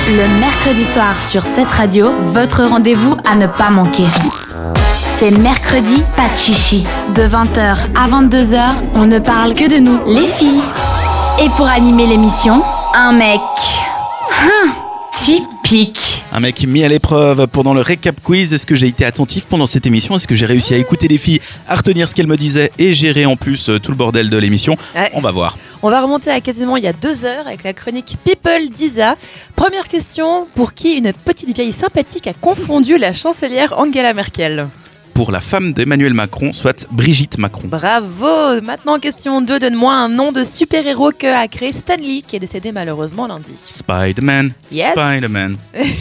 Le mercredi soir sur cette radio, votre rendez-vous à ne pas manquer. C'est mercredi, pas de chichi. De 20h à 22h, on ne parle que de nous, les filles. Et pour animer l'émission, un mec... typique. Un mec mis à l'épreuve pendant le récap quiz. Est-ce que j'ai été attentif pendant cette émission? Est-ce que j'ai réussi à écouter les filles, à retenir ce qu'elles me disaient et gérer en plus tout le bordel de l'émission? On va voir. On va remonter à quasiment il y a 2 heures avec la chronique People d'Isa. Première question, pour qui une petite vieille sympathique a confondu la chancelière Angela Merkel? Pour la femme d'Emmanuel Macron, soit Brigitte Macron. Bravo. Maintenant, question 2, donne-moi un nom de super-héros que a créé Stan Lee, qui est décédé malheureusement lundi. Spider-Man. Yes. Spider-Man.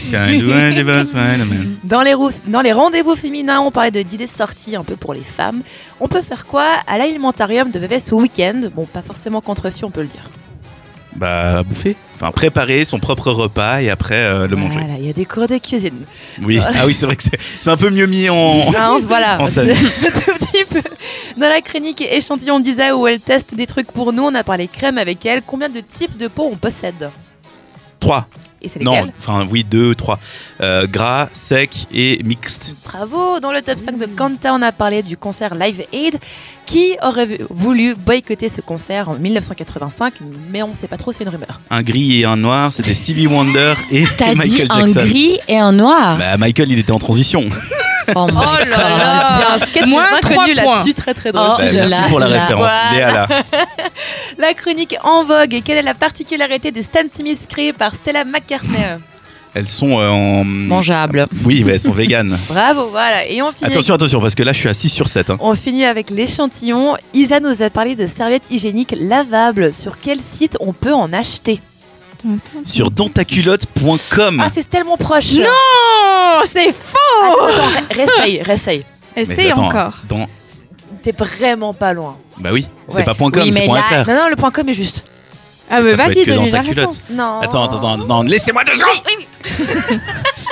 Spider-Man. Dans les rendez-vous féminins, on parlait d'idées sorties un peu pour les femmes. On peut faire quoi à l'alimentarium de bébé ce week-end? Bon, pas forcément contre filles, on peut le dire. Bah, bouffer. Enfin, préparer son propre repas et après le manger. Voilà, il y a des cours de cuisine. Oui, voilà. Ah oui, c'est vrai que c'est un peu mieux mis en voilà, en scène. Tout petit peu. Dans la chronique échantillon d'Isa où elle teste des trucs pour nous, on a parlé crème avec elle. Combien de types de peau on possède? 3. Et c'est lesquels? Non, enfin oui, 2, 3. Gras, sec et mixte. Bravo. Dans le top 5 de Kanta, on a parlé du concert Live Aid. Qui aurait voulu boycotter ce concert en 1985? Mais on ne sait pas trop, c'est une rumeur. Un gris et un noir, c'était Stevie Wonder et T'as Michael dit Jackson. Un gris et un noir. Bah, Michael, il était en transition. Oh là Il y a un sketch Moins de 3 inconnu points. là-dessus, très très drôle. Oh, Bah, je merci pour la référence. Voilà. Léa là. La chronique en vogue. Et quelle est la particularité des Stan Smith créés par Stella McCartney? Elles sont en... Mangeable. Oui, bah, elles sont véganes. Bravo, voilà. Et on finit. Attention, parce que là, je suis à 6 sur 7. Hein. On finit avec l'échantillon. Isa nous a parlé de serviettes hygiéniques lavables. Sur quel site on peut en acheter? Sur dentaculotte.com. Ah, c'est tellement proche. Non, c'est faux. Attends, réessaye. Essaye encore. T'es vraiment pas loin. Bah oui, Ouais. c'est pas .com, Oui, c'est mais là- .fr. Non, le point .com est juste. Ah, mais Ça peut vas-y, être que donne dans la ta culotte. réponse. Non. Attends, non, laissez-moi 2 secondes.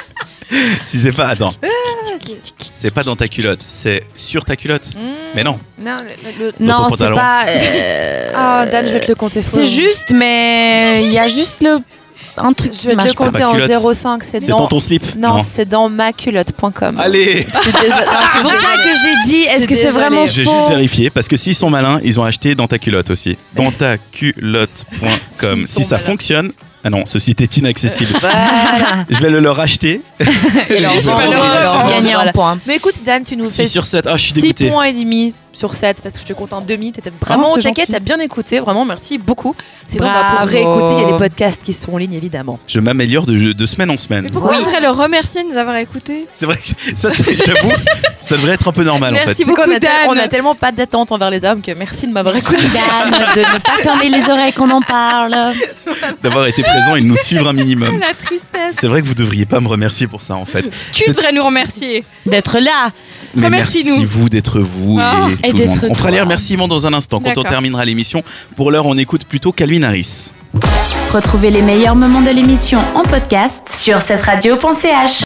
Si c'est pas, attends. C'est pas dans ta culotte, c'est sur ta culotte. Mais non. Non, Non, ton c'est pantalon. pas. Ah, Dan, je vais te le compter faux. C'est juste, mais il y a juste un truc Je qui vais te marche le pas. compter Ta en culotte. 0,5. C'est dans ton slip. Non, c'est dans maculotte.com. Allez. Je suis désolée. C'est pour ça que j'ai dit, est-ce que c'est désolée. vraiment J'ai faux? juste vérifié parce que s'ils sont malins, ils ont acheté dans ta culotte aussi. Dantaculotte.com. Si ça fonctionne. Ah non, ce site est inaccessible. Voilà. Je vais le leur acheter. Et leur Ils sont vendre, pas et leur vendre, Gagner un voilà. point. Mais écoute, Dan, tu nous 6 fais sur 7. Ah, je suis 6 dégoûté. points et demi sur 7 parce que je te compte un demi. T'étais vraiment au c'est taquet, gentil. t'as bien écouté. Vraiment, merci beaucoup. Sinon, Bravo. pour réécouter, il y a les podcasts qui sont en ligne, évidemment. Je m'améliore de semaine en semaine. Mais pourquoi Oui. on devrait le remercier de nous avoir écoutés? C'est vrai que ça, j'avoue, ça devrait être un peu normal en Merci fait. C'est qu'on beaucoup, a, Dan. on a tellement pas d'attente envers les hommes que merci de m'avoir écouté. Dan, de ne pas fermer les oreilles qu'on en parle. D'avoir été présent et de nous suivre un minimum. La tristesse. C'est vrai que vous devriez pas me remercier pour ça en fait. Tu devrais nous remercier. D'être là. Mais Remercie-nous. merci vous d'être vous Ah. et Et tout le monde. d'être On fera toi. les remerciements dans un instant quand on D'accord. terminera l'émission. Pour l'heure, on écoute plutôt Calvin Harris. Retrouvez les meilleurs moments de l'émission en podcast sur cette radio.ch.